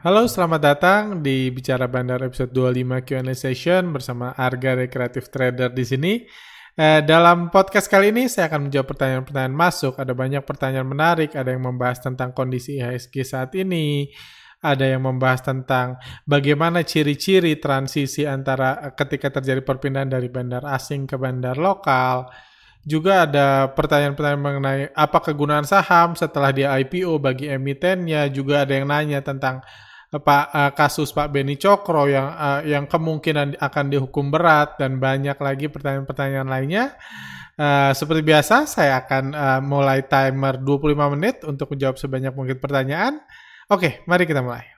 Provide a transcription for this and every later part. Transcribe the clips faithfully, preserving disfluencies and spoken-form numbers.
Halo, selamat datang di Bicara Bandar episode dua puluh lima Q and A session bersama Arga dari Creative Trader di sini. Eh, dalam podcast kali ini saya akan menjawab pertanyaan-pertanyaan masuk. Ada banyak pertanyaan menarik, ada yang membahas tentang kondisi I H S G saat ini, ada yang membahas tentang bagaimana ciri-ciri transisi antara ketika terjadi perpindahan dari bandar asing ke bandar lokal. Juga ada pertanyaan-pertanyaan mengenai apa kegunaan saham setelah dia I P O bagi emitennya. Juga ada yang nanya tentang Pak uh, kasus Pak Beni Cokro yang uh, yang kemungkinan akan dihukum berat dan banyak lagi pertanyaan-pertanyaan lainnya. Uh, seperti biasa saya akan uh, mulai timer dua puluh lima menit untuk menjawab sebanyak mungkin pertanyaan. Oke, mari kita mulai.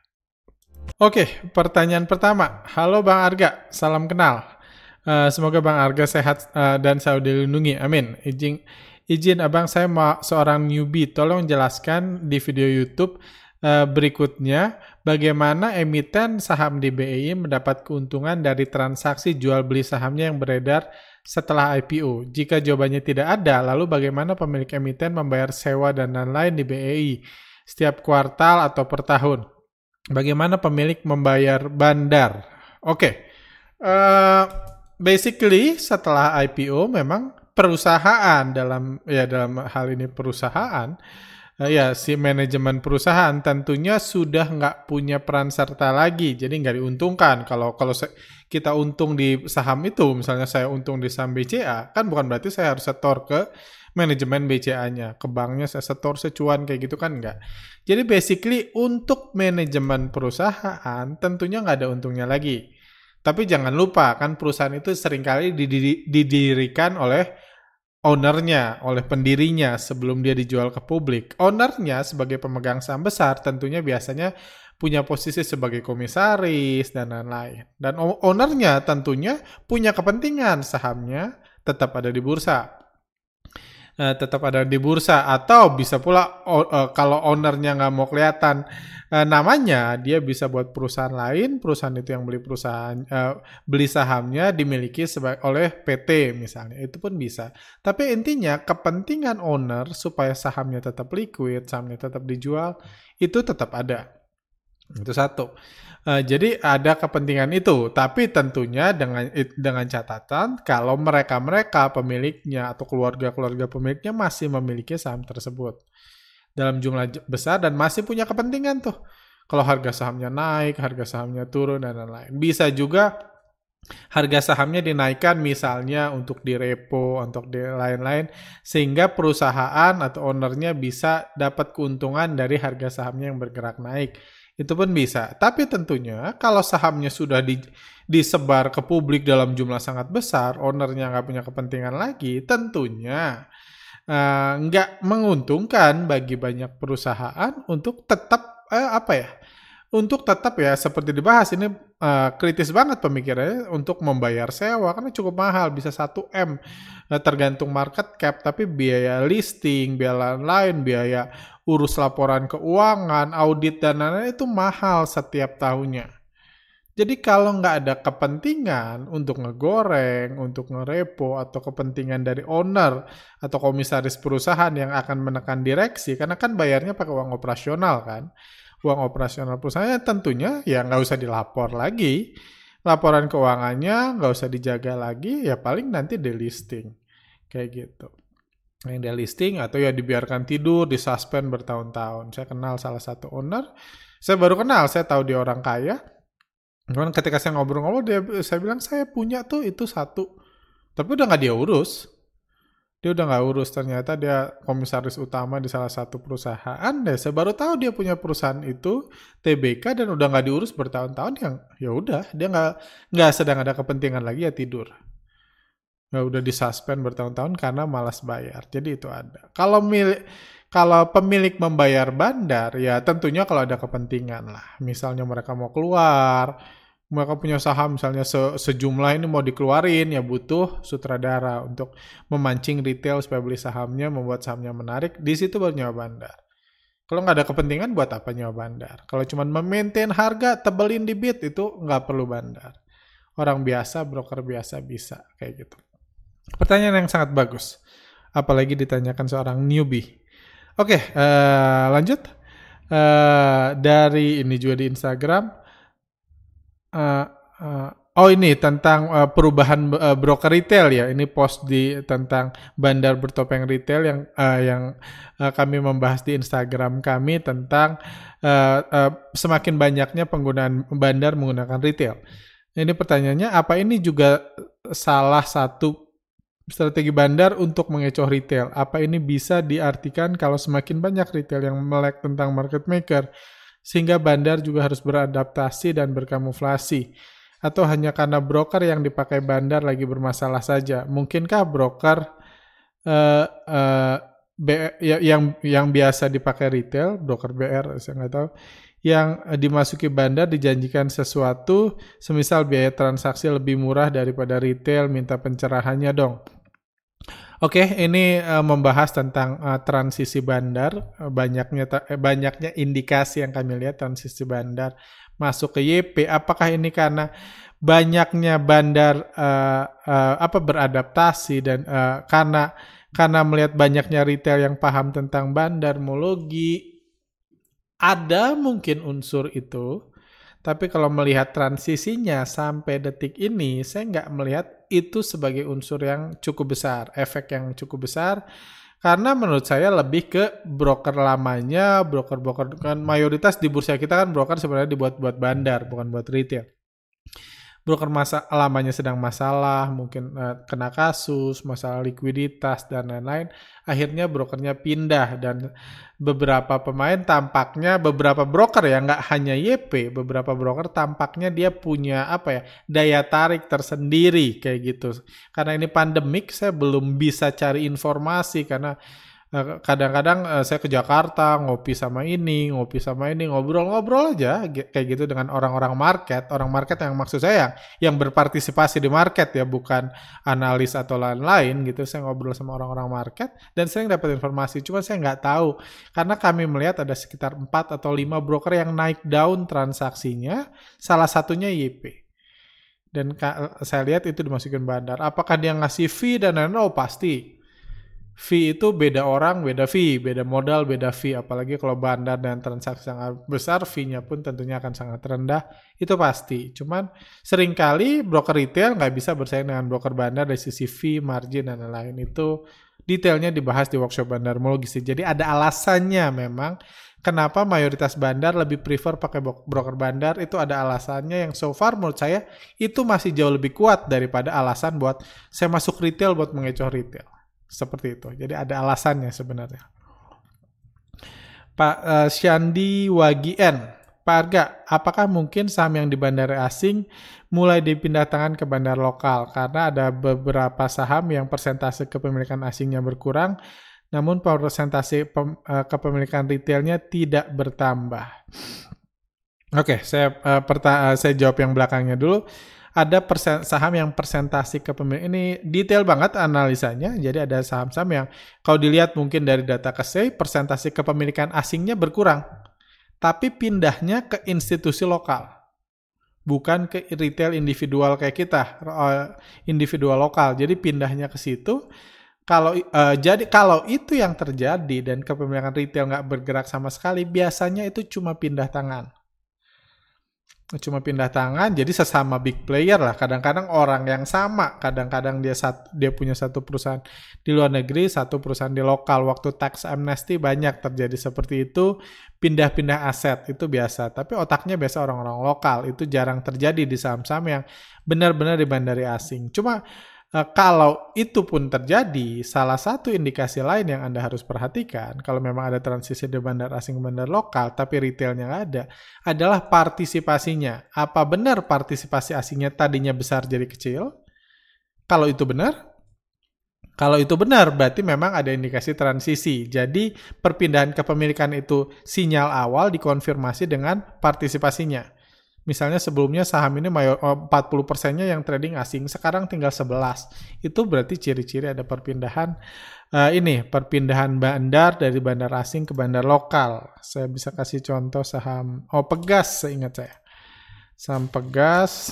Oke, pertanyaan pertama. Halo Bang Arga, salam kenal. Uh, semoga Bang Arga sehat uh, dan selalu dilindungi. Amin. Izin izin Abang, saya mau seorang newbie. Tolong jelaskan di video YouTube Uh, berikutnya, bagaimana emiten saham di B E I mendapat keuntungan dari transaksi jual beli sahamnya yang beredar setelah I P O? Jika jawabannya tidak ada, lalu bagaimana pemilik emiten membayar sewa dan lain-lain di B E I setiap kuartal atau per tahun? Bagaimana pemilik membayar bandar? Oke, okay. uh, basically setelah I P O memang perusahaan dalam ya dalam hal ini perusahaan Uh, ya, si manajemen perusahaan tentunya sudah nggak punya peran serta lagi, jadi nggak diuntungkan. Kalau kalau se- kita untung di saham itu, misalnya saya untung di saham B C A, kan bukan berarti saya harus setor ke manajemen B C A-nya, ke banknya saya setor secuan kayak gitu kan nggak. Jadi basically untuk manajemen perusahaan tentunya nggak ada untungnya lagi. Tapi jangan lupa kan perusahaan itu seringkali didiri- didirikan oleh ownernya, oleh pendirinya sebelum dia dijual ke publik. Ownernya sebagai pemegang saham besar tentunya biasanya punya posisi sebagai komisaris dan lain-lain. Dan ownernya tentunya punya kepentingan sahamnya tetap ada di bursa. Uh, tetap ada di bursa atau bisa pula uh, uh, kalau ownernya nggak mau kelihatan uh, namanya, dia bisa buat perusahaan lain, perusahaan itu yang beli perusahaan uh, beli sahamnya dimiliki seba- oleh P T misalnya, itu pun bisa. Tapi intinya kepentingan owner supaya sahamnya tetap liquid, sahamnya tetap dijual, itu tetap ada. Itu satu. Uh, jadi ada kepentingan itu, tapi tentunya dengan dengan catatan kalau mereka-mereka pemiliknya atau keluarga-keluarga pemiliknya masih memiliki saham tersebut dalam jumlah besar dan masih punya kepentingan tuh. Kalau harga sahamnya naik, harga sahamnya turun dan lain-lain. Bisa juga harga sahamnya dinaikkan misalnya untuk di repo, untuk di lain-lain, sehingga perusahaan atau ownernya bisa dapat keuntungan dari harga sahamnya yang bergerak naik. Itu pun bisa. Tapi tentunya kalau sahamnya sudah di, disebar ke publik dalam jumlah sangat besar, ownernya nggak punya kepentingan lagi, tentunya uh, nggak menguntungkan bagi banyak perusahaan untuk tetap, eh, apa ya, untuk tetap ya seperti dibahas ini uh, kritis banget pemikirannya untuk membayar sewa karena cukup mahal, bisa satu M uh, tergantung market cap, tapi biaya listing, biaya lain-lain, biaya urus laporan keuangan, audit dan lain-lain itu mahal setiap tahunnya. Jadi kalau nggak ada kepentingan untuk ngegoreng, untuk ngerepo, atau kepentingan dari owner atau komisaris perusahaan yang akan menekan direksi, karena kan bayarnya pakai uang operasional kan, uang operasional perusahaan tentunya ya nggak usah dilapor lagi, laporan keuangannya nggak usah dijaga lagi, ya paling nanti delisting kayak gitu. Yang delisting atau ya dibiarkan tidur, disuspend bertahun-tahun. Saya kenal salah satu owner, saya baru kenal, saya tahu dia orang kaya. Cuman ketika saya ngobrol-ngobrol, dia, saya bilang saya punya tuh itu satu, tapi udah nggak dia urus. Dia udah nggak urus, ternyata dia komisaris utama di salah satu perusahaan. Deh, saya baru tahu dia punya perusahaan itu T B K dan udah nggak diurus bertahun-tahun. Yang ya udah, dia nggak nggak sedang ada kepentingan lagi ya tidur. Nggak udah disuspend bertahun-tahun karena malas bayar. Jadi itu ada. Kalau milik kalau pemilik membayar bandar, ya tentunya kalau ada kepentingan lah. Misalnya mereka mau keluar, mereka punya saham misalnya se- sejumlah ini mau dikeluarin, ya butuh sutradara untuk memancing retail supaya beli sahamnya, membuat sahamnya menarik. Di situ baru nyewa bandar. Kalau nggak ada kepentingan, buat apa nyewa bandar? Kalau cuma memaintain harga, tebelin di bid, itu nggak perlu bandar. Orang biasa, broker biasa bisa kayak gitu. Pertanyaan yang sangat bagus. Apalagi ditanyakan seorang newbie. Oke, uh, lanjut. uh, dari ini juga di Instagram. Uh, uh, oh ini tentang uh, perubahan uh, broker retail ya. Ini post di tentang bandar bertopeng retail yang uh, yang uh, kami membahas di Instagram kami tentang uh, uh, semakin banyaknya penggunaan bandar menggunakan retail. Ini pertanyaannya, apa ini juga salah satu strategi bandar untuk mengecoh retail? Apa ini bisa diartikan kalau semakin banyak retail yang melek tentang market maker, sehingga bandar juga harus beradaptasi dan berkamuflasi? Atau hanya karena broker yang dipakai bandar lagi bermasalah saja? Mungkinkah broker uh, uh, B, ya, yang yang biasa dipakai retail, broker B R, saya nggak tahu, yang dimasuki bandar dijanjikan sesuatu, semisal biaya transaksi lebih murah daripada retail, minta pencerahannya dong. Oke, ini uh, membahas tentang uh, transisi bandar, uh, banyaknya eh, banyaknya indikasi yang kami lihat transisi bandar masuk ke Y P. Apakah ini karena banyaknya bandar uh, uh, apa beradaptasi dan uh, karena karena melihat banyaknya retail yang paham tentang bandarmologi? Ada mungkin unsur itu, tapi kalau melihat transisinya sampai detik ini, saya nggak melihat itu sebagai unsur yang cukup besar, efek yang cukup besar, karena menurut saya lebih ke broker lamanya, broker-broker, kan mayoritas di bursa kita kan broker sebenarnya dibuat buat bandar, bukan buat retail. Broker masa lamanya sedang masalah, mungkin uh, kena kasus, masalah likuiditas, dan lain-lain. Akhirnya brokernya pindah, dan beberapa pemain tampaknya, beberapa broker ya, nggak hanya Y P, beberapa broker tampaknya dia punya apa ya, daya tarik tersendiri kayak gitu. Karena ini pandemik, saya belum bisa cari informasi, karena kadang-kadang uh, saya ke Jakarta, ngopi sama ini, ngopi sama ini, ngobrol-ngobrol aja kayak gitu dengan orang-orang market, orang market yang maksud saya yang, yang berpartisipasi di market ya, bukan analis atau lain-lain gitu. Saya ngobrol sama orang-orang market dan sering dapat informasi, cuma saya nggak tahu karena kami melihat ada sekitar empat atau lima broker yang naik down transaksinya, salah satunya Y P. Dan ka- saya lihat itu dimasukin bandar. Apakah dia ngasih fee dan lain-lain? Oh pasti. Fee itu beda orang, beda fee, beda modal, beda fee. Apalagi kalau bandar dan transaksi sangat besar, fee-nya pun tentunya akan sangat rendah. Itu pasti. Cuman seringkali broker retail nggak bisa bersaing dengan broker bandar dari sisi fee, margin, dan lain-lain. Itu detailnya dibahas di workshop bandarmologi sih. Jadi ada alasannya memang kenapa mayoritas bandar lebih prefer pakai broker bandar. Itu ada alasannya yang so far menurut saya itu masih jauh lebih kuat daripada alasan buat saya masuk retail buat mengecoh retail. Seperti itu. Jadi ada alasannya sebenarnya. Pak uh, Syandi Wagien, Pak Arga, apakah mungkin saham yang di bandar asing mulai dipindah tangan ke bandar lokal? Karena ada beberapa saham yang persentase kepemilikan asingnya berkurang, namun persentase pem, uh, kepemilikan retailnya tidak bertambah. Oke, okay, saya uh, perta- uh, saya jawab yang belakangnya dulu. Ada persen, saham yang persentasi kepemilikan, ini detail banget analisanya, jadi ada saham-saham yang kalau dilihat mungkin dari data K S E I, persentasi kepemilikan asingnya berkurang, tapi pindahnya ke institusi lokal, bukan ke retail individual kayak kita, individual lokal, jadi pindahnya ke situ. Kalau uh, jadi kalau itu yang terjadi dan kepemilikan retail nggak bergerak sama sekali, biasanya itu cuma pindah tangan. Cuma pindah tangan, jadi sesama big player lah. Kadang-kadang orang yang sama, kadang-kadang dia satu, dia punya satu perusahaan di luar negeri, satu perusahaan di lokal. Waktu tax amnesty banyak terjadi seperti itu, pindah-pindah aset itu biasa. Tapi otaknya biasa orang-orang lokal, itu jarang terjadi di saham-saham yang benar-benar di bandar asing. Cuma Uh, kalau itu pun terjadi, salah satu indikasi lain yang Anda harus perhatikan, kalau memang ada transisi dari bandar asing ke bandar lokal, tapi retailnya nggak ada, adalah partisipasinya. Apa benar partisipasi asingnya tadinya besar jadi kecil? Kalau itu benar, kalau itu benar, berarti memang ada indikasi transisi. Jadi perpindahan kepemilikan itu sinyal awal dikonfirmasi dengan partisipasinya. Misalnya sebelumnya saham ini mayor, empat puluh persennya yang trading asing, sekarang tinggal sebelas. Itu berarti ciri-ciri ada perpindahan uh, ini, perpindahan bandar dari bandar asing ke bandar lokal. Saya bisa kasih contoh saham, oh Pegas seingat saya. Saham Pegas.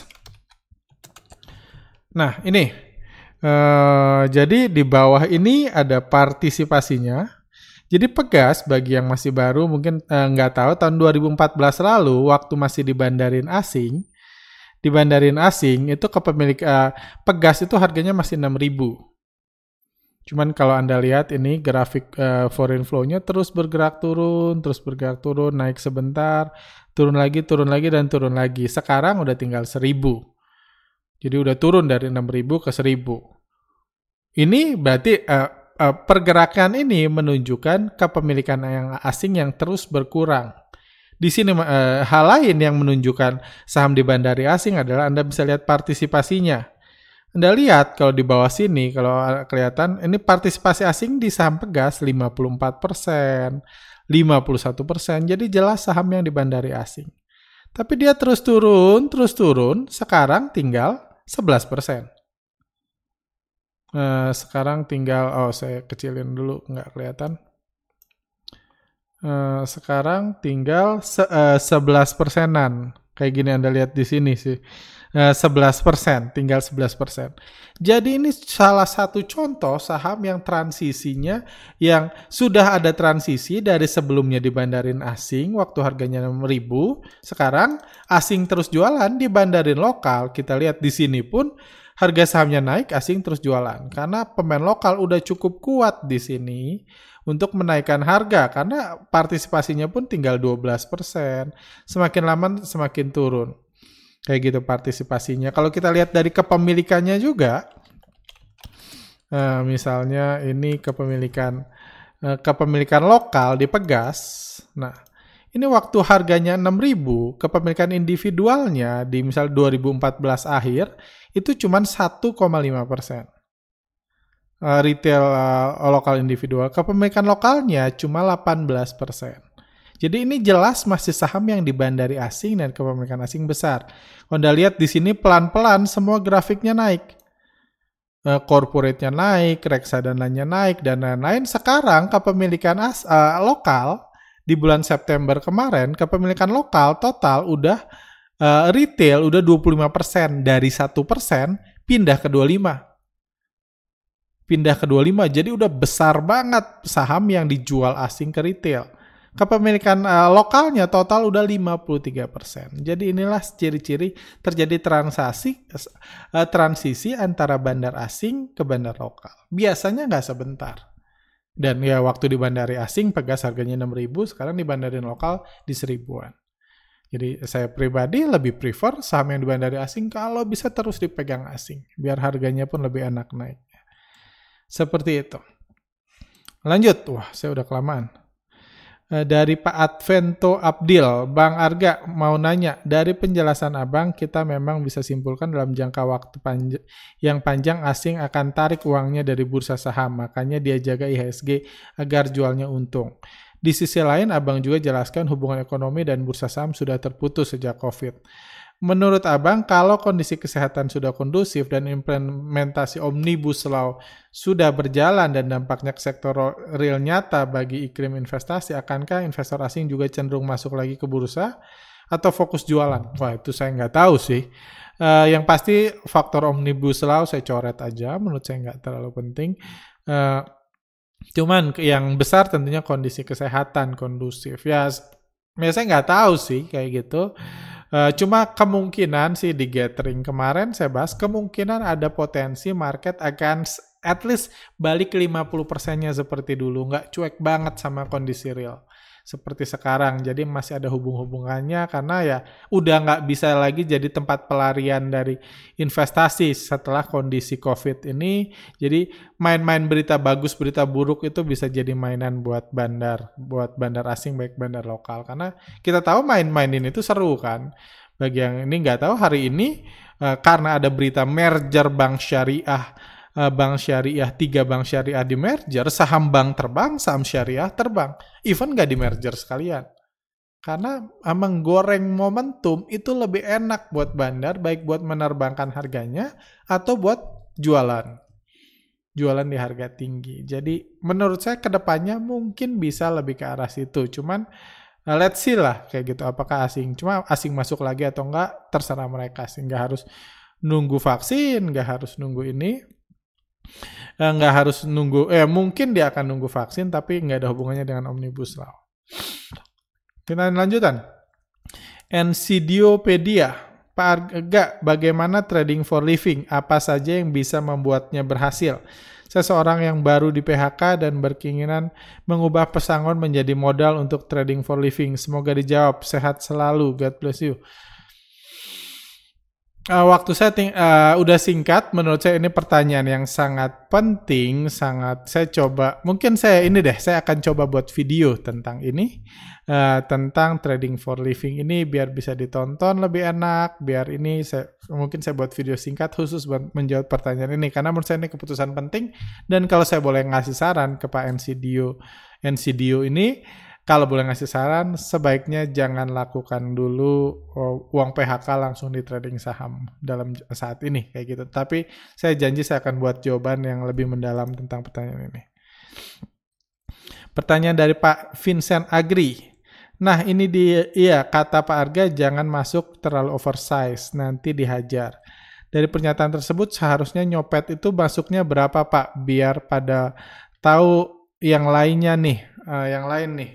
Nah ini, uh, jadi di bawah ini ada partisipasinya. Jadi Pegas bagi yang masih baru mungkin eh, nggak tahu tahun dua ribu empat belas lalu waktu masih dibandarin asing, dibandarin asing itu kepemilik eh, Pegas itu harganya masih enam ribu. Cuman kalau Anda lihat ini grafik uh, foreign flow-nya terus bergerak turun, terus bergerak turun, naik sebentar, turun lagi, turun lagi, dan turun lagi. Sekarang udah tinggal seribu. Jadi udah turun dari enam ribu ke seribu. Ini berarti uh, uh, pergerakan ini menunjukkan kepemilikan yang asing yang terus berkurang. Di sini uh, hal lain yang menunjukkan saham di bandari asing adalah Anda bisa lihat partisipasinya. Anda lihat kalau di bawah sini, kalau kelihatan, ini partisipasi asing di saham Pegas lima puluh empat persen, lima puluh satu persen, jadi jelas saham yang di bandari asing. Tapi dia terus turun, terus turun, sekarang tinggal sebelas persen. Uh, sekarang tinggal, oh saya kecilin dulu, nggak kelihatan. Uh, sekarang tinggal se- uh, sebelas persenan. Kayak gini Anda lihat di sini sih. sebelas persen, tinggal sebelas persen. Jadi ini salah satu contoh saham yang transisinya, yang sudah ada transisi dari sebelumnya dibandarin asing, waktu harganya enam ribu, sekarang asing terus jualan, dibandarin lokal. Kita lihat di sini pun harga sahamnya naik, asing terus jualan. Karena pemain lokal udah cukup kuat di sini untuk menaikkan harga, karena partisipasinya pun tinggal dua belas persen. Semakin lama semakin turun. Kayak gitu partisipasinya. Kalau kita lihat dari kepemilikannya juga, uh, misalnya ini kepemilikan uh, kepemilikan lokal di Pegas. Nah, ini waktu harganya enam ribu, kepemilikan individualnya di misal dua ribu empat belas akhir itu cuma satu koma lima persen. Uh, retail uh, lokal individual, kepemilikan lokalnya cuma delapan belas persen. Jadi ini jelas masih saham yang di bandari asing dan kepemilikan asing besar. Anda lihat di sini pelan-pelan semua grafiknya naik. Uh, corporate-nya naik, reksadana-nya naik, dan lain-lain. Sekarang kepemilikan as, uh, lokal di bulan September kemarin, kepemilikan lokal total udah uh, retail udah dua puluh lima persen. Dari satu persen pindah ke dua puluh lima persen. Pindah ke dua puluh lima persen, jadi udah besar banget saham yang dijual asing ke retail. Kepemilikan uh, lokalnya total udah lima puluh tiga persen. Jadi inilah ciri-ciri terjadi transaksi uh, transisi antara bandar asing ke bandar lokal. Biasanya nggak sebentar. Dan ya waktu di bandari asing Pegas harganya enam ribu, sekarang di bandarin lokal di seribuan. Jadi saya pribadi lebih prefer saham yang di bandari asing kalau bisa terus dipegang asing. Biar harganya pun lebih enak naik. Seperti itu. Lanjut. Wah, saya udah kelamaan. Dari Pak Advento Abdil, Bang Arga mau nanya, dari penjelasan Abang kita memang bisa simpulkan dalam jangka waktu panj- yang panjang asing akan tarik uangnya dari bursa saham, makanya dia jaga I H S G agar jualnya untung. Di sisi lain Abang juga jelaskan hubungan ekonomi dan bursa saham sudah terputus sejak COVID. Menurut Abang, kalau kondisi kesehatan sudah kondusif dan implementasi Omnibus Law sudah berjalan dan dampaknya ke sektor real nyata bagi iklim investasi, akankah investor asing juga cenderung masuk lagi ke bursa atau fokus jualan? Wah, itu saya nggak tahu sih. Uh, yang pasti faktor Omnibus Law saya coret aja, menurut saya nggak terlalu penting. Uh, cuman yang besar tentunya kondisi kesehatan kondusif. Ya, ya saya nggak tahu sih kayak gitu. Uh, cuma kemungkinan sih di gathering kemarin saya bahas, kemungkinan ada potensi market akan at least balik lima puluh persennya seperti dulu, nggak cuek banget sama kondisi real seperti sekarang. Jadi masih ada hubung-hubungannya karena ya udah nggak bisa lagi jadi tempat pelarian dari investasi setelah kondisi COVID ini. Jadi main-main berita bagus, berita buruk itu bisa jadi mainan buat bandar, buat bandar asing baik bandar lokal. Karena kita tahu main-main ini tuh seru kan. Bagi yang ini nggak tahu, hari ini uh, karena ada berita merger bank syariah, uh, bank syariah, tiga bank syariah di merger, saham bank terbang, saham syariah terbang. Even nggak di merger sekalian. Karena emang goreng momentum itu lebih enak buat bandar, baik buat menerbangkan harganya atau buat jualan. Jualan di harga tinggi. Jadi menurut saya kedepannya mungkin bisa lebih ke arah situ. Cuman uh, let's see lah kayak gitu. Apakah asing? Cuma asing masuk lagi atau enggak terserah mereka sih. Nggak harus nunggu vaksin, nggak harus nunggu ini. Eh, nggak harus nunggu, eh mungkin dia akan nunggu vaksin, tapi nggak ada hubungannya dengan Omnibus Law. Kita lanjutan. Encyclopedia. Pak Arga, bagaimana trading for living? Apa saja yang bisa membuatnya berhasil? Seseorang yang baru di P H K dan berkeinginan mengubah pesangon menjadi modal untuk trading for living. Semoga dijawab. Sehat selalu. God bless you. Uh, waktu saya ting- uh, udah singkat, menurut saya ini pertanyaan yang sangat penting, sangat saya coba, mungkin saya ini deh, saya akan coba buat video tentang ini, uh, tentang trading for living ini biar bisa ditonton lebih enak, biar ini saya, mungkin saya buat video singkat khusus buat menjawab pertanyaan ini, karena menurut saya ini keputusan penting, dan kalau saya boleh ngasih saran ke Pak Encidio, Encidio ini, kalau boleh ngasih saran, sebaiknya jangan lakukan dulu uang P H K langsung di trading saham dalam saat ini kayak gitu. Tapi saya janji saya akan buat jawaban yang lebih mendalam tentang pertanyaan ini. Pertanyaan dari Pak Vincent Agri. Nah ini dia, iya kata Pak Arga jangan masuk terlalu oversize, nanti dihajar. Dari pernyataan tersebut seharusnya nyopet itu masuknya berapa Pak? Biar pada tahu yang lainnya nih, uh, yang lain nih.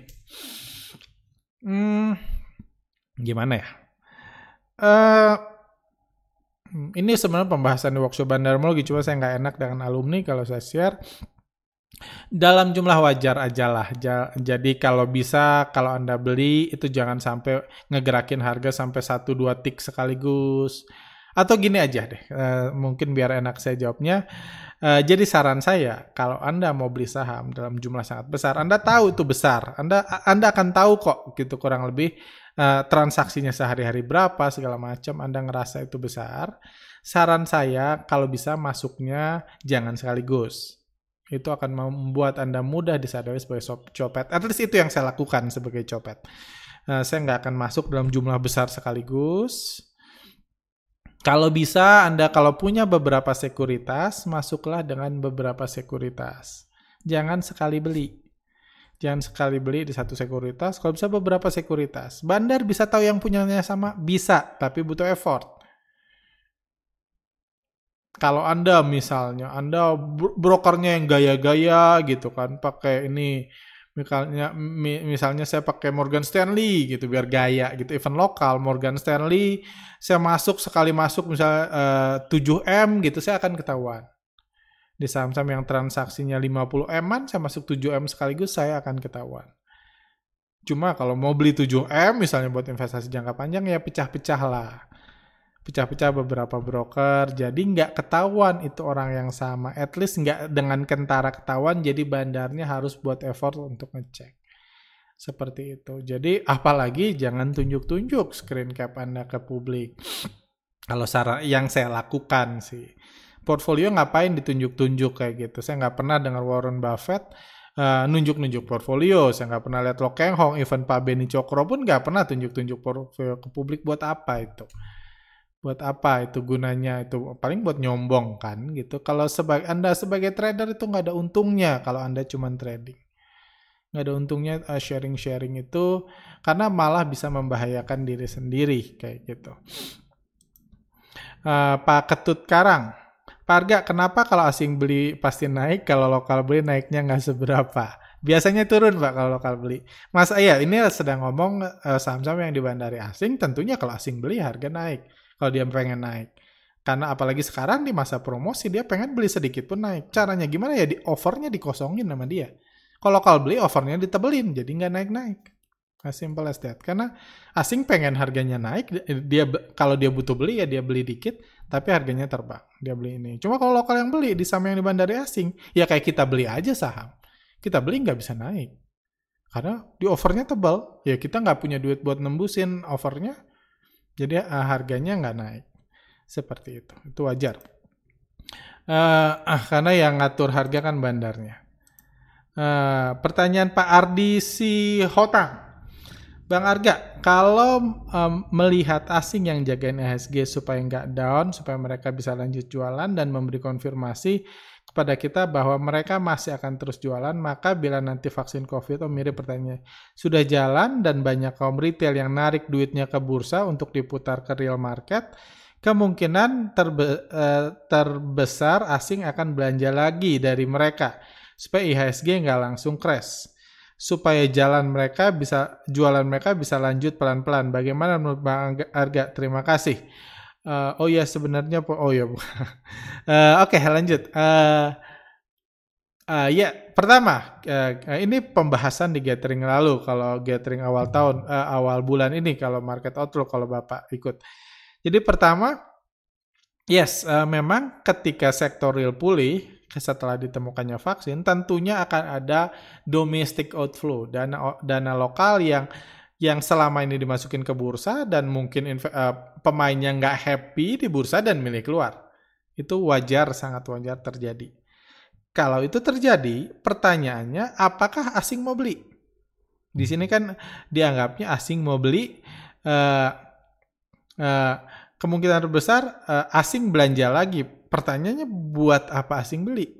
Hmm, gimana ya? Uh, ini sebenarnya pembahasan di workshop bandarmologi, cuma saya nggak enak dengan alumni kalau saya share. Dalam jumlah wajar aja lah. Jadi kalau bisa, kalau Anda beli itu jangan sampai ngegerakin harga sampai satu dua tik sekaligus. Atau gini aja deh, uh, mungkin biar enak saya jawabnya. Uh, jadi saran saya, kalau Anda mau beli saham dalam jumlah sangat besar, Anda tahu itu besar, Anda Anda akan tahu kok gitu kurang lebih uh, transaksinya sehari-hari berapa segala macam, Anda ngerasa itu besar. Saran saya kalau bisa masuknya jangan sekaligus. Itu akan membuat Anda mudah disadari sebagai copet. At least itu yang saya lakukan sebagai copet. Uh, saya nggak akan masuk dalam jumlah besar sekaligus. Kalau bisa, Anda kalau punya beberapa sekuritas, masuklah dengan beberapa sekuritas. Jangan sekali beli. Jangan sekali beli di satu sekuritas, kalau bisa beberapa sekuritas. Bandar bisa tahu yang punyanya sama? Bisa, tapi butuh effort. Kalau Anda misalnya, Anda brokernya yang gaya-gaya gitu kan, pakai ini, misalnya, misalnya saya pakai Morgan Stanley gitu, biar gaya gitu, event lokal, Morgan Stanley, saya masuk sekali masuk misalnya uh, tujuh M gitu, saya akan ketahuan. Di saham-saham yang transaksinya lima puluh M-an, saya masuk tujuh M sekaligus, saya akan ketahuan. Cuma kalau mau beli tujuh M, misalnya buat investasi jangka panjang, ya pecah-pecah lah. Pecah-pecah beberapa broker, jadi nggak ketahuan itu orang yang sama. At least nggak dengan kentara ketahuan, jadi bandarnya harus buat effort untuk ngecek. Seperti itu. Jadi apalagi jangan tunjuk-tunjuk screen cap Anda ke publik. Kalau saran yang saya lakukan sih. Portfolio ngapain ditunjuk-tunjuk kayak gitu. Saya nggak pernah dengar Warren Buffett uh, nunjuk-nunjuk portfolio. Saya nggak pernah lihat Lo Keng Hong, even Pak Benny Cokro pun nggak pernah tunjuk-tunjuk portfolio ke publik. Buat apa itu? Buat apa itu gunanya? Itu paling buat nyombong kan gitu. Kalau sebagai Anda sebagai trader itu nggak ada untungnya kalau Anda cuma trading. Nggak ada untungnya uh, sharing-sharing itu karena malah bisa membahayakan diri sendiri kayak gitu. Uh, Pak Ketut Karang, Pak Arga, kenapa kalau asing beli pasti naik, kalau lokal beli naiknya nggak seberapa? Biasanya turun Pak kalau lokal beli. Mas, iya ini sedang ngomong uh, saham-saham yang dibandari asing, tentunya kalau asing beli harga naik. Kalau dia pengen naik. Karena apalagi sekarang di masa promosi dia pengen beli sedikit pun naik. Caranya gimana ya? Di offernya dikosongin sama dia. Kalau lokal beli offernya ditebelin, jadi nggak naik-naik. As simple as that. Karena asing pengen harganya naik, dia kalau dia butuh beli ya dia beli dikit, tapi harganya terbang. Dia beli ini. Cuma kalau lokal yang beli di saham yang dibandari asing, ya kayak kita beli aja saham. Kita beli nggak bisa naik. Karena di offernya tebal, ya kita nggak punya duit buat nembusin offernya, jadi uh, harganya nggak naik. Seperti itu. Itu wajar. Uh, ah, karena yang ngatur harga kan bandarnya. Uh, pertanyaan Pak Ardi Sihotang. Bang Arga, kalau um, melihat asing yang jagain I H G supaya nggak down, supaya mereka bisa lanjut jualan dan memberi konfirmasi kepada kita bahwa mereka masih akan terus jualan, maka bila nanti vaksin COVID, oh mirip pertanyaannya, sudah jalan dan banyak kaum retail yang narik duitnya ke bursa untuk diputar ke real market, kemungkinan terbe- eh, terbesar asing akan belanja lagi dari mereka supaya I H S G nggak langsung crash. Supaya jalan mereka bisa jualan mereka bisa lanjut pelan-pelan. Bagaimana menurut Bang Arga? Terima kasih. Uh, oh ya sebenarnya oh ya. uh, Oke okay, lanjut. Uh, uh, ya pertama uh, ini pembahasan di gathering lalu. Kalau gathering awal tahun, uh, awal bulan ini kalau market outlook kalau Bapak ikut. Jadi pertama, yes uh, memang ketika sektor real pulih setelah ditemukannya vaksin, tentunya akan ada domestic outflow, dana dana lokal yang yang selama ini dimasukin ke bursa dan mungkin inv- uh, pemainnya nggak happy di bursa dan milih keluar. Itu wajar, sangat wajar terjadi. Kalau itu terjadi, pertanyaannya apakah asing mau beli? Di sini kan dianggapnya asing mau beli, uh, uh, kemungkinan besar uh, asing belanja lagi. Pertanyaannya buat apa asing beli?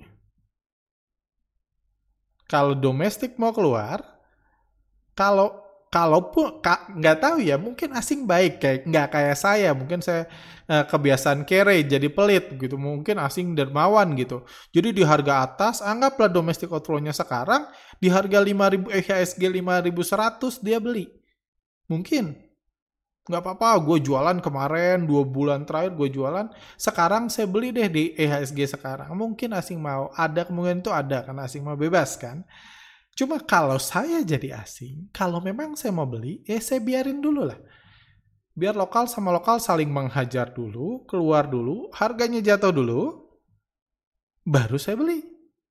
Kalau domestik mau keluar, kalau kalaupun nggak tahu ya, mungkin asing baik kayak nggak kayak saya, mungkin saya eh, kebiasaan kere jadi pelit gitu, mungkin asing dermawan gitu. Jadi di harga atas, anggaplah domestik outflow-nya sekarang di harga lima ribu I H S G lima ribu seratus dia beli, mungkin. Nggak apa-apa, gue jualan kemarin, dua bulan terakhir gue jualan, sekarang saya beli deh di I H S G sekarang. Mungkin asing mau, ada kemungkinan itu ada, karena asing mau bebas kan. Cuma kalau saya jadi asing, kalau memang saya mau beli, eh saya biarin dulu lah. Biar lokal sama lokal saling menghajar dulu, keluar dulu, harganya jatuh dulu, baru saya beli.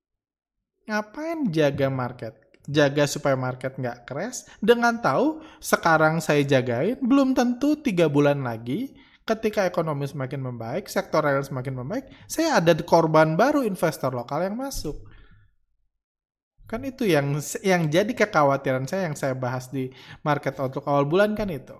Ngapain jaga market? Jaga supaya market nggak crash, dengan tahu sekarang saya jagain, belum tentu tiga bulan lagi, ketika ekonomi semakin membaik, sektor real semakin membaik, saya ada korban baru investor lokal yang masuk. Kan itu yang yang jadi kekhawatiran saya yang saya bahas di market outlook awal bulan kan itu.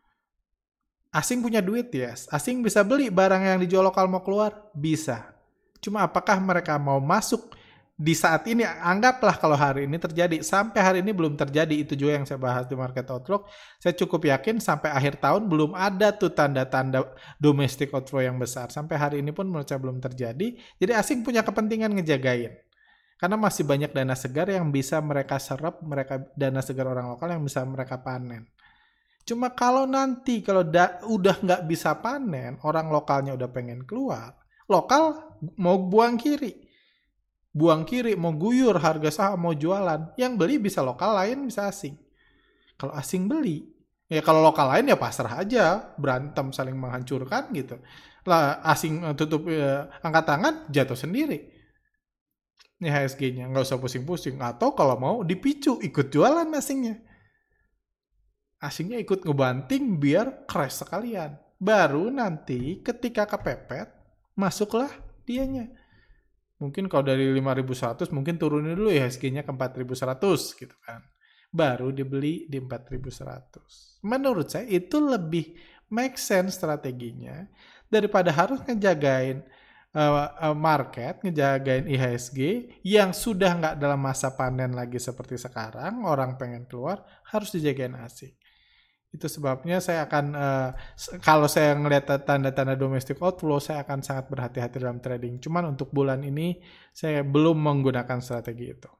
Asing punya duit, yes. Asing bisa beli barang yang dijual lokal mau keluar? Bisa. Cuma apakah mereka mau masuk di saat ini? Anggaplah kalau hari ini terjadi. Sampai hari ini belum terjadi. Itu juga yang saya bahas di market outlook. Saya cukup yakin sampai akhir tahun belum ada tuh tanda-tanda domestic outflow yang besar. Sampai hari ini pun menurut saya belum terjadi. Jadi asing punya kepentingan ngejagain. Karena masih banyak dana segar yang bisa mereka serap, mereka dana segar orang lokal yang bisa mereka panen. Cuma kalau nanti, kalau da, udah nggak bisa panen, orang lokalnya udah pengen keluar, lokal mau buang kiri. Buang kiri, mau guyur, harga saham mau jualan. Yang beli bisa lokal, lain bisa asing. Kalau asing beli, ya kalau lokal lain ya pasrah aja, berantem saling menghancurkan gitu. Lah asing tutup ya, angkat tangan, jatuh sendiri. Ini H S G-nya, nggak usah pusing-pusing. Atau kalau mau dipicu, ikut jualan asingnya. Asingnya ikut ngebanting biar crash sekalian. Baru nanti ketika kepepet, masuklah dianya. Mungkin kalau dari lima ribu seratus mungkin turunin dulu ya H S G-nya ke empat ribu seratus gitu kan. Baru dibeli di empat ribu seratus. Menurut saya itu lebih make sense strateginya daripada harus ngejagain uh, market, ngejagain I H S G yang sudah nggak dalam masa panen lagi seperti sekarang, orang pengen keluar, harus dijagain asing. Itu sebabnya saya akan, uh, kalau saya ngelihat tanda-tanda domestic outflow, saya akan sangat berhati-hati dalam trading. Cuman untuk bulan ini, saya belum menggunakan strategi itu.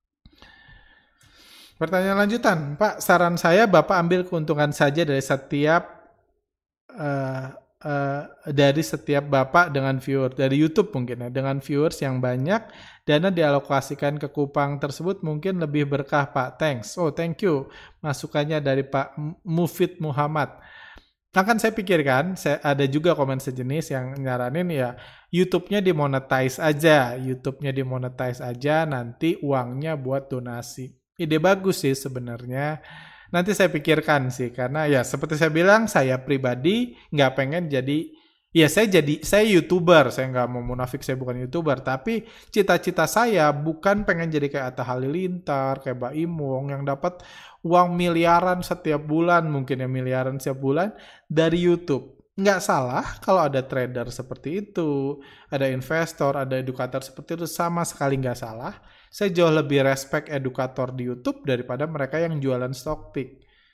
Pertanyaan lanjutan, Pak, saran saya Bapak ambil keuntungan saja dari setiap uh, uh, dari setiap Bapak dengan viewer, dari YouTube mungkin ya, dengan viewers yang banyak, dana dialokasikan ke kupang tersebut mungkin lebih berkah Pak. Thanks. Oh, thank you. Masukannya dari Pak Mufid Muhammad. Akan saya pikirkan, saya, ada juga komen sejenis yang nyaranin ya YouTube-nya dimonetize aja. YouTube-nya dimonetize aja, nanti uangnya buat donasi. Ide bagus sih sebenarnya. Nanti saya pikirkan sih, karena ya seperti saya bilang, saya pribadi nggak pengen jadi, ya saya jadi, saya YouTuber, saya nggak mau munafik, saya bukan YouTuber, tapi cita-cita saya bukan pengen jadi kayak Atta Halilintar, kayak Mbak Imong, yang dapat uang miliaran setiap bulan, mungkin ya miliaran setiap bulan, dari YouTube. Nggak salah kalau ada trader seperti itu, ada investor, ada edukator seperti itu, sama sekali nggak salah. Saya jauh lebih respect edukator di YouTube daripada mereka yang jualan stock pick.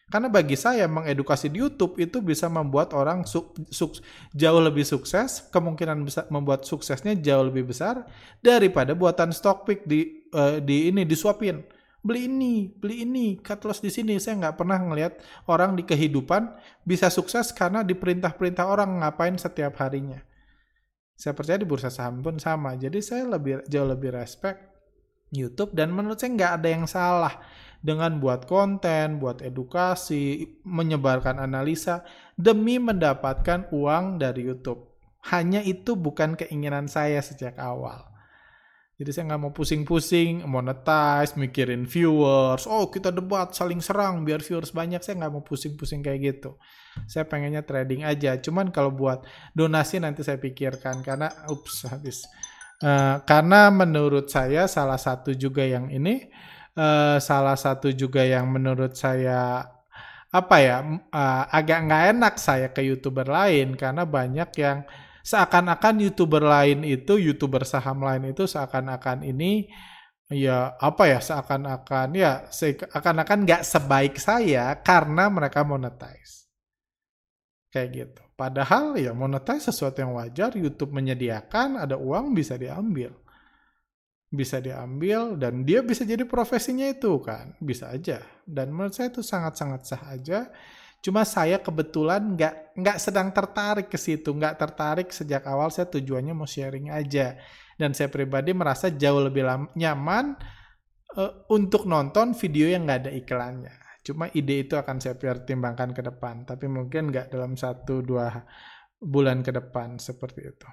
Karena bagi saya mengedukasi di YouTube itu bisa membuat orang su- su- jauh lebih sukses, kemungkinan bisa membuat suksesnya jauh lebih besar daripada buatan stock pick di uh, di ini disuapin. Beli ini, beli ini, cut loss di sini. Saya nggak pernah ngelihat orang di kehidupan bisa sukses karena diperintah-perintah orang ngapain setiap harinya. Saya percaya di bursa saham pun sama. Jadi saya lebih jauh lebih respect YouTube, dan menurut saya nggak ada yang salah dengan buat konten, buat edukasi, menyebarkan analisa demi mendapatkan uang dari YouTube. Hanya itu bukan keinginan saya sejak awal. Jadi saya nggak mau pusing-pusing, monetize, mikirin viewers. Oh kita debat, saling serang biar viewers banyak. Saya nggak mau pusing-pusing kayak gitu. Saya pengennya trading aja. Cuman kalau buat donasi nanti saya pikirkan. Karena, ups habis. Uh, karena menurut saya salah satu juga yang ini, uh, salah satu juga yang menurut saya apa ya, uh, agak nggak enak saya ke YouTuber lain. Karena banyak yang seakan-akan YouTuber lain itu, YouTuber saham lain itu seakan-akan ini, ya apa ya, seakan-akan ya, seakan-akan nggak sebaik saya karena mereka monetize. Kayak gitu. Padahal ya monetize sesuatu yang wajar, YouTube menyediakan, ada uang bisa diambil. Bisa diambil dan dia bisa jadi profesinya itu kan, bisa aja. Dan menurut saya itu sangat-sangat sah aja. Cuma saya kebetulan nggak nggak sedang tertarik ke situ, nggak tertarik sejak awal. Saya tujuannya mau sharing aja, dan saya pribadi merasa jauh lebih lam- nyaman uh, untuk nonton video yang nggak ada iklannya. Cuma ide itu akan saya pertimbangkan ke depan, tapi mungkin nggak dalam satu dua bulan ke depan seperti itu.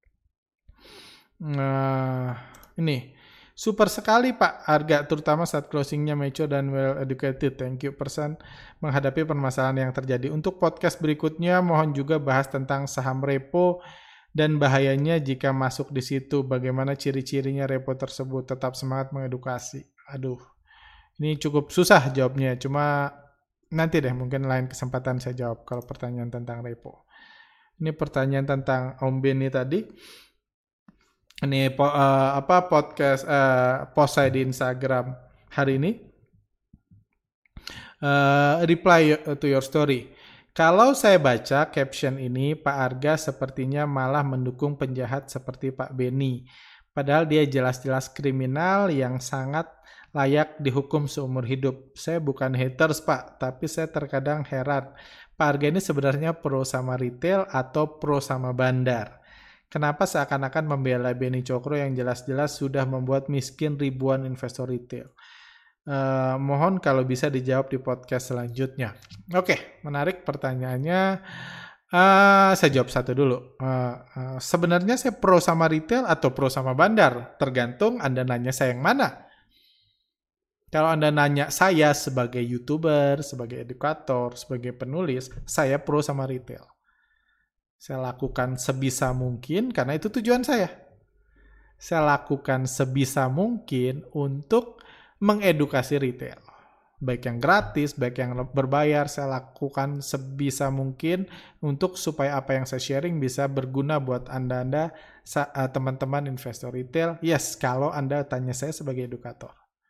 Nah, ini. Super sekali Pak Arga, terutama saat closingnya mature dan well educated. Thank you persen menghadapi permasalahan yang terjadi. Untuk podcast berikutnya mohon juga bahas tentang saham repo dan bahayanya jika masuk di situ. Bagaimana ciri-cirinya repo tersebut. Tetap semangat mengedukasi. Aduh, ini cukup susah jawabnya. Cuma nanti deh mungkin lain kesempatan saya jawab kalau pertanyaan tentang repo. Ini pertanyaan tentang Om Benny tadi. Ini uh, apa podcast uh, post saya di Instagram hari ini. Uh, reply to your story. Kalau saya baca caption ini, Pak Arga sepertinya malah mendukung penjahat seperti Pak Benny. Padahal dia jelas-jelas kriminal yang sangat layak dihukum seumur hidup. Saya bukan haters Pak, tapi saya terkadang heran. Pak Arga ini sebenarnya pro sama retail atau pro sama bandar? Kenapa seakan-akan membela Benny Cokro yang jelas-jelas sudah membuat miskin ribuan investor retail? Uh, mohon kalau bisa dijawab di podcast selanjutnya. Oke, menarik pertanyaannya. Uh, saya jawab satu dulu. Uh, uh, sebenarnya saya pro sama retail atau pro sama bandar? Tergantung Anda nanya saya yang mana. Kalau Anda nanya saya sebagai YouTuber, sebagai edukator, sebagai penulis, saya pro sama retail. Saya lakukan sebisa mungkin karena itu tujuan saya. Saya lakukan sebisa mungkin untuk mengedukasi retail. Baik yang gratis, baik yang berbayar, saya lakukan sebisa mungkin untuk supaya apa yang saya sharing bisa berguna buat Anda-Anda, teman-teman investor retail. Yes, kalau Anda tanya saya sebagai edukator.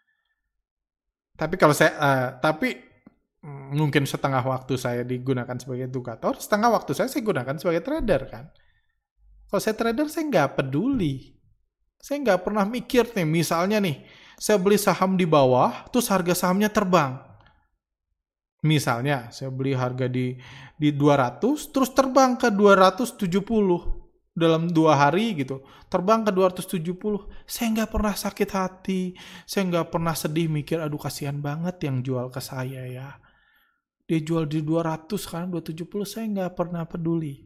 Tapi kalau saya, uh, tapi mungkin setengah waktu saya digunakan sebagai edukator, setengah waktu saya saya gunakan sebagai trader kan. Kalau saya trader saya nggak peduli. Saya nggak pernah mikir nih, misalnya nih, saya beli saham di bawah, terus harga sahamnya terbang. Misalnya, saya beli harga di di dua ratus, terus terbang ke dua ratus tujuh puluh dalam dua hari gitu. Terbang ke dua ratus tujuh puluh. Saya nggak pernah sakit hati. Saya nggak pernah sedih mikir, aduh kasihan banget yang jual ke saya ya. Dia jual di dua ratus kan, dua ratus tujuh puluh, saya nggak pernah peduli.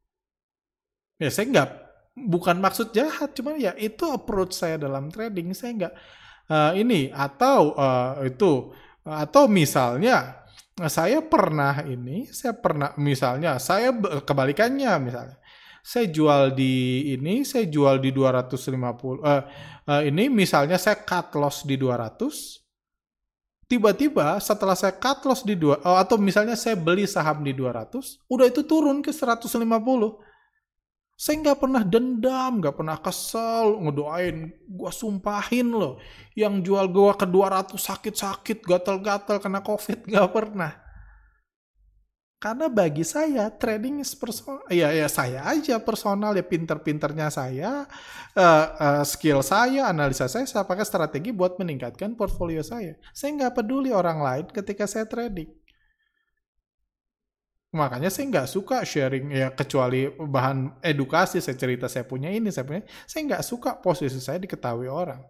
Ya saya nggak, bukan maksud jahat, cuma ya itu approach saya dalam trading. Saya nggak, uh, ini, atau uh, itu, atau misalnya, saya pernah ini, saya pernah, misalnya, saya kebalikannya misalnya. Saya jual di ini, saya jual di dua ratus lima puluh, uh, uh, ini misalnya saya cut loss di dua ratus, tiba-tiba setelah saya cut loss di dua, atau misalnya saya beli saham di dua ratus, udah itu turun ke seratus lima puluh. Saya nggak pernah dendam, nggak pernah kesel, ngedoain, gue sumpahin loh, yang jual gue ke dua ratus sakit-sakit, gatal-gatal kena covid, nggak pernah. Karena bagi saya trading is personal, ya ya saya aja personal, ya pinter-pinternya saya, uh, uh, skill saya, analisa saya, saya pakai strategi buat meningkatkan portfolio saya. Saya nggak peduli orang lain ketika saya trading. Makanya saya nggak suka sharing, ya kecuali bahan edukasi, saya cerita saya punya ini, saya punya, saya nggak suka posisi saya diketahui orang.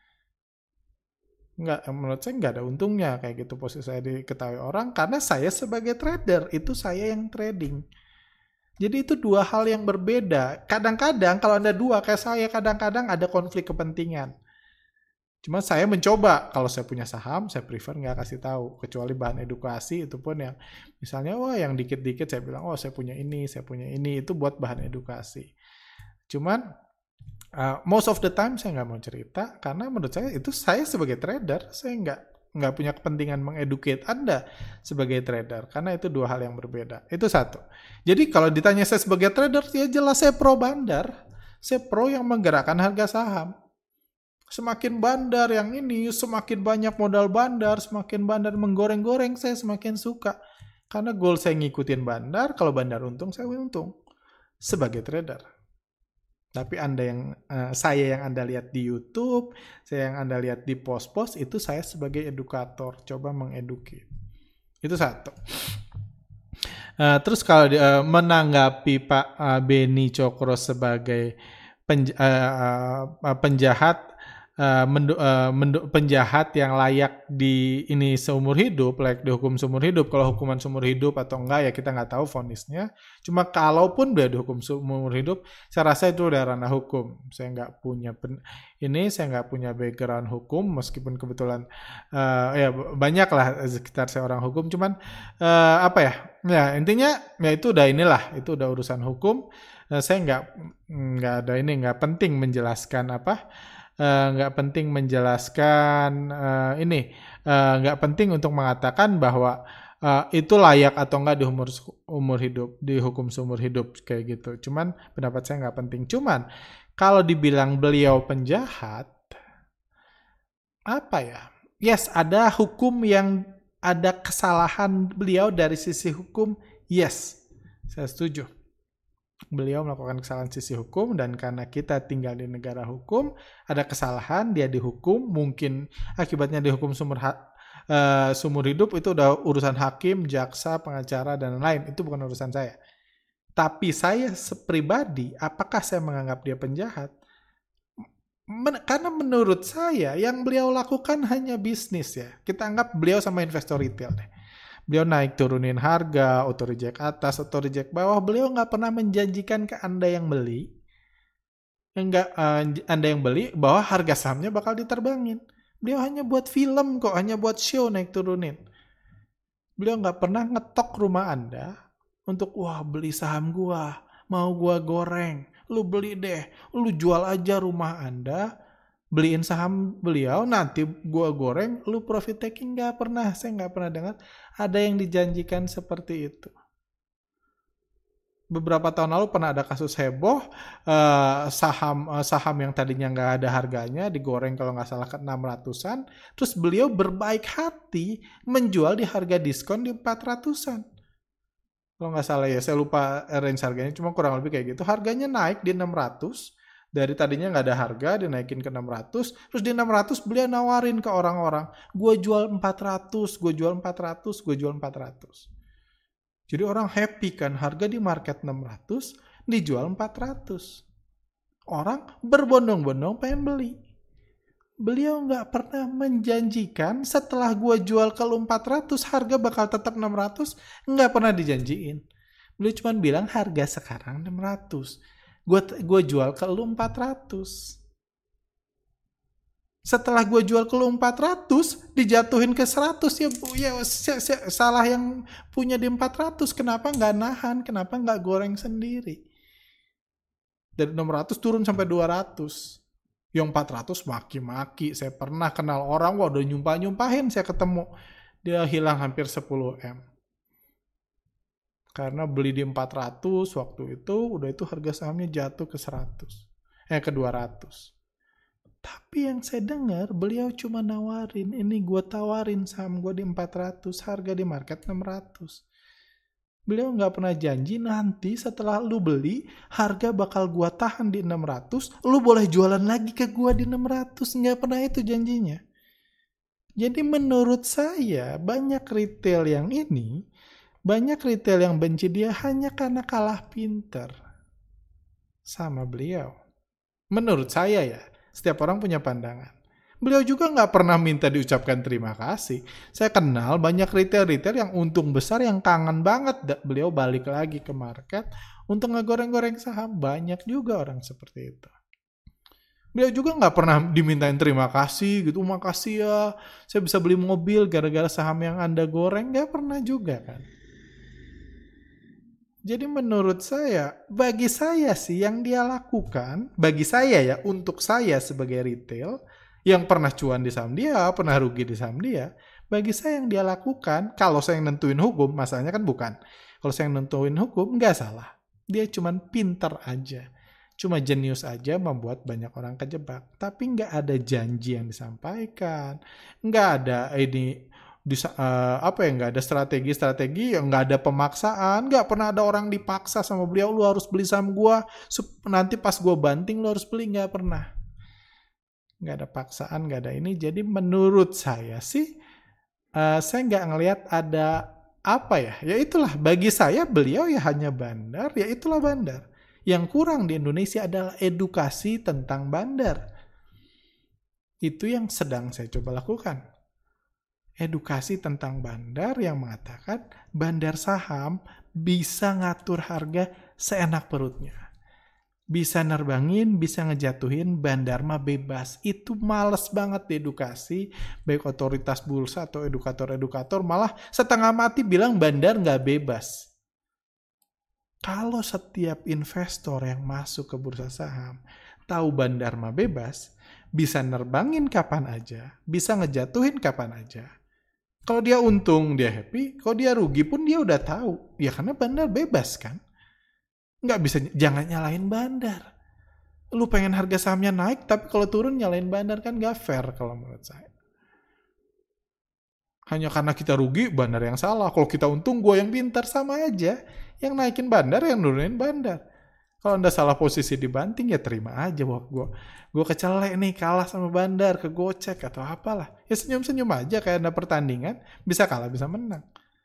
Nggak, menurut saya nggak ada untungnya kayak gitu posisi saya diketahui orang, karena saya sebagai trader, itu saya yang trading. Jadi itu dua hal yang berbeda. Kadang-kadang kalau Anda dua kayak saya, kadang-kadang ada konflik kepentingan. Cuma saya mencoba, kalau saya punya saham, saya prefer nggak kasih tahu. Kecuali bahan edukasi, itu pun yang misalnya, wah yang dikit-dikit saya bilang, oh saya punya ini, saya punya ini, itu buat bahan edukasi. Cuman, Uh, most of the time saya nggak mau cerita karena menurut saya itu saya sebagai trader, saya nggak nggak punya kepentingan mengeducate Anda sebagai trader, karena itu dua hal yang berbeda. Itu satu. Jadi kalau ditanya saya sebagai trader, ya jelas saya pro bandar, saya pro yang menggerakkan harga saham. Semakin bandar yang ini, semakin banyak modal bandar, semakin bandar menggoreng-goreng, saya semakin suka. Karena goal saya ngikutin bandar, kalau bandar untung, saya untung sebagai trader. Tapi Anda yang uh, saya yang Anda lihat di YouTube, saya yang Anda lihat di post-post, itu saya sebagai edukator, coba mengedukasi. Itu satu. Uh, terus kalau uh, menanggapi Pak uh, Beni Cokro sebagai penj- uh, uh, penjahat, uh, mendu- uh, mendu- penjahat yang layak di ini seumur hidup, layak dihukum seumur hidup. Kalau hukuman seumur hidup atau enggak ya kita nggak tahu vonisnya. Cuma kalaupun dia dihukum seumur hidup, saya rasa itu udah ranah hukum. Saya nggak punya pen- ini, saya nggak punya background hukum, meskipun kebetulan uh, ya banyak lah sekitar saya orang hukum. Cuman uh, apa ya? Ya intinya ya itu udah inilah, itu udah urusan hukum. Uh, saya nggak nggak ada ini, nggak penting menjelaskan apa. Nggak uh, penting menjelaskan uh, ini, nggak uh, penting untuk mengatakan bahwa uh, itu layak atau enggak di umur umur hidup, dihukum seumur hidup kayak gitu. Cuman pendapat saya nggak penting. Cuman kalau dibilang beliau penjahat, apa ya? Yes, ada hukum yang ada kesalahan beliau dari sisi hukum. Yes, saya setuju. Beliau melakukan kesalahan sisi hukum, dan karena kita tinggal di negara hukum, ada kesalahan, dia dihukum, mungkin akibatnya dihukum seumur, ha- uh, seumur hidup, itu udah urusan hakim, jaksa, pengacara, dan lain-lain. Itu bukan urusan saya. Tapi saya pribadi, apakah saya menganggap dia penjahat? Men- karena menurut saya, yang beliau lakukan hanya bisnis ya. Kita anggap beliau sama investor retail deh. Beliau naik turunin harga, auto reject atas, auto reject bawah. Beliau nggak pernah menjanjikan ke Anda yang beli, enggak uh, Anda yang beli bahwa harga sahamnya bakal diterbangin. Beliau hanya buat film kok, hanya buat show naik turunin. Beliau nggak pernah ngetok rumah Anda untuk wah beli saham gua, mau gua goreng, lu beli deh, lu jual aja rumah Anda. Beliin saham beliau, nanti gua goreng, lu profit taking. Nggak pernah, saya nggak pernah dengar ada yang dijanjikan seperti itu. Beberapa tahun lalu pernah ada kasus heboh, uh, saham uh, saham yang tadinya nggak ada harganya, digoreng kalau nggak salah ke enam ratusan, terus beliau berbaik hati menjual di harga diskon di empat ratusan. Kalau nggak salah ya, saya lupa range harganya, cuma kurang lebih kayak gitu. Harganya naik di enam ratus, dari tadinya nggak ada harga, dinaikin ke enam ratus, terus di enam ratus beliau nawarin ke orang-orang, gue jual empat ratus, gue jual empat ratus, gue jual empat ratus. Jadi orang happy kan, harga di market enam ratus, dijual empat ratus. Orang berbondong-bondong pengen beli. Beliau nggak pernah menjanjikan setelah gue jual ke lu empat ratus, harga bakal tetap enam ratus, nggak pernah dijanjiin. Beliau cuma bilang harga sekarang enam ratus. Gue gue jual ke lu empat ratus. Setelah gue jual ke lu empat ratus, dijatuhin ke seratus, ya, ya salah yang punya di empat ratus. Kenapa nggak nahan? Kenapa nggak goreng sendiri? Dari enam ratus turun sampai dua ratus. Yang empat ratus maki-maki. Saya pernah kenal orang, wah udah nyumpah-nyumpahin saya ketemu. Dia hilang hampir sepuluh M. Karena beli di empat ratus waktu itu, udah itu harga sahamnya jatuh ke seratus. Eh ke dua ratus. Tapi yang saya dengar, beliau cuma nawarin, ini gue tawarin saham gue di empat ratus, harga di market enam ratus. Beliau nggak pernah janji nanti setelah lu beli, harga bakal gua tahan di enam ratus, lu boleh jualan lagi ke gua di enam ratus. Nggak pernah itu janjinya. Jadi menurut saya, banyak retail yang ini, banyak retail yang benci dia hanya karena kalah pinter sama beliau. Menurut saya ya, setiap orang punya pandangan. Beliau juga nggak pernah minta diucapkan terima kasih. Saya kenal banyak retail-retail yang untung besar yang kangen banget beliau balik lagi ke market untuk ngegoreng-goreng saham. Banyak juga orang seperti itu. Beliau juga nggak pernah dimintain terima kasih gitu. Makasih ya, saya bisa beli mobil gara-gara saham yang Anda goreng. Nggak pernah juga kan. Jadi menurut saya, bagi saya sih yang dia lakukan, bagi saya ya, untuk saya sebagai retail, yang pernah cuan di saham dia, pernah rugi di saham dia, bagi saya yang dia lakukan, kalau saya yang nentuin hukum, masalahnya kan bukan. Kalau saya yang nentuin hukum, nggak salah. Dia cuma pinter aja. Cuma jenius aja membuat banyak orang kejebak. Tapi nggak ada janji yang disampaikan. Nggak ada ini, bisa, uh, apa ya, nggak ada strategi-strategi, nggak ada pemaksaan, nggak pernah ada orang dipaksa sama beliau, lu harus beli saham gua, nanti pas gua banting lu harus beli, nggak pernah. Nggak ada paksaan, nggak ada ini. Jadi menurut saya sih, uh, saya nggak ngelihat ada apa ya. Ya itulah, bagi saya beliau ya hanya bandar, ya itulah bandar. Yang kurang di Indonesia adalah edukasi tentang bandar. Itu yang sedang saya coba lakukan. Edukasi tentang bandar yang mengatakan bandar saham bisa ngatur harga seenak perutnya. Bisa nerbangin, bisa ngejatuhin, bandar mah bebas. Itu males banget diedukasi, baik otoritas bursa atau edukator-edukator malah setengah mati bilang bandar nggak bebas. Kalau setiap investor yang masuk ke bursa saham tahu bandar mah bebas, bisa nerbangin kapan aja, bisa ngejatuhin kapan aja. Kalau dia untung, dia happy. Kalau dia rugi pun dia udah tahu. Ya karena bandar bebas kan. Nggak bisa, jangan nyalain bandar. Lu pengen harga sahamnya naik, tapi kalau turun nyalain bandar kan nggak fair kalau menurut saya. Hanya karena kita rugi, bandar yang salah. Kalau kita untung, gue yang pintar, sama aja. Yang naikin bandar, yang nurunin bandar. Kalau Anda salah posisi di banting, ya terima aja. Wah, gue, gue kecelek nih, kalah sama bandar, kegocek atau apalah. Ya senyum-senyum aja kayak Anda pertandingan, bisa kalah, bisa menang.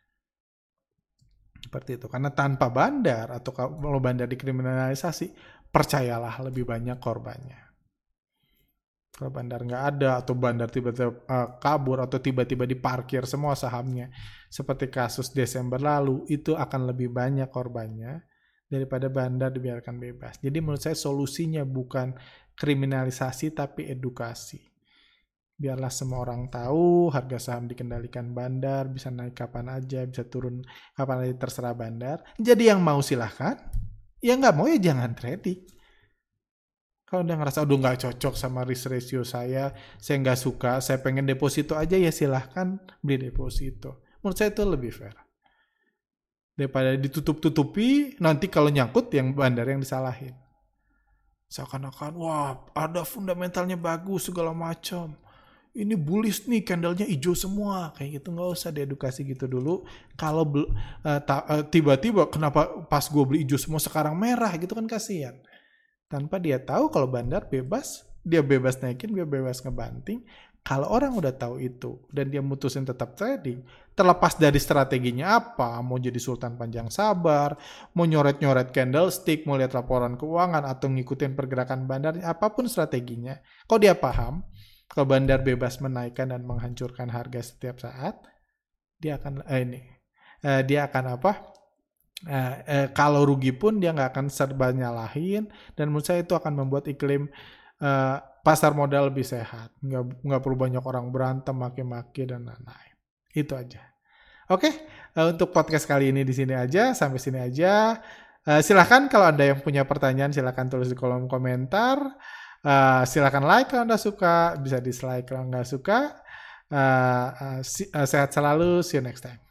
Seperti itu. Karena tanpa bandar atau kalau bandar dikriminalisasi, percayalah lebih banyak korbannya. Kalau bandar nggak ada atau bandar tiba-tiba uh, kabur atau tiba-tiba diparkir semua sahamnya, seperti kasus Desember lalu, itu akan lebih banyak korbannya daripada bandar dibiarkan bebas. Jadi menurut saya solusinya bukan kriminalisasi tapi edukasi. Biarlah semua orang tahu harga saham dikendalikan bandar, bisa naik kapan aja, bisa turun kapan aja, terserah bandar. Jadi yang mau silahkan, yang nggak mau ya jangan trading. Kalau udah ngerasa udah nggak cocok sama risk ratio saya, saya nggak suka, saya pengen deposito aja, ya silahkan beli deposito. Menurut saya itu lebih fair. Daripada ditutup-tutupi, nanti kalau nyangkut yang bandar yang disalahin. Seakan-akan, wah ada fundamentalnya bagus segala macam. Ini bullish nih, candlenya hijau semua. Kayak gitu, nggak usah diedukasi gitu dulu. Kalau uh, ta- uh, tiba-tiba kenapa pas gue beli hijau semua sekarang merah gitu kan kasihan. Tanpa dia tahu kalau bandar bebas, dia bebas naikin, dia bebas ngebanting. Kalau orang udah tahu itu dan dia mutusin tetap trading, terlepas dari strateginya apa, mau jadi sultan panjang sabar, mau nyoret-nyoret candlestick, mau lihat laporan keuangan atau ngikutin pergerakan bandar, apapun strateginya, kalau dia paham, kalau bandar bebas menaikkan dan menghancurkan harga setiap saat, dia akan eh, ini, eh, dia akan apa? Eh, eh, kalau rugi pun dia nggak akan serba nyalahin, dan menurut saya itu akan membuat iklim eh, pasar modal lebih sehat. Nggak nggak perlu banyak orang berantem, maki-maki dan lain-lain. Itu aja. Oke, eh, untuk podcast kali ini di sini aja, sampai sini aja. Eh, silahkan kalau ada yang punya pertanyaan, silahkan tulis di kolom komentar. Uh, silakan like kalau Anda suka, bisa dislike kalau nggak suka. Uh, uh, si, uh, sehat selalu, see you next time.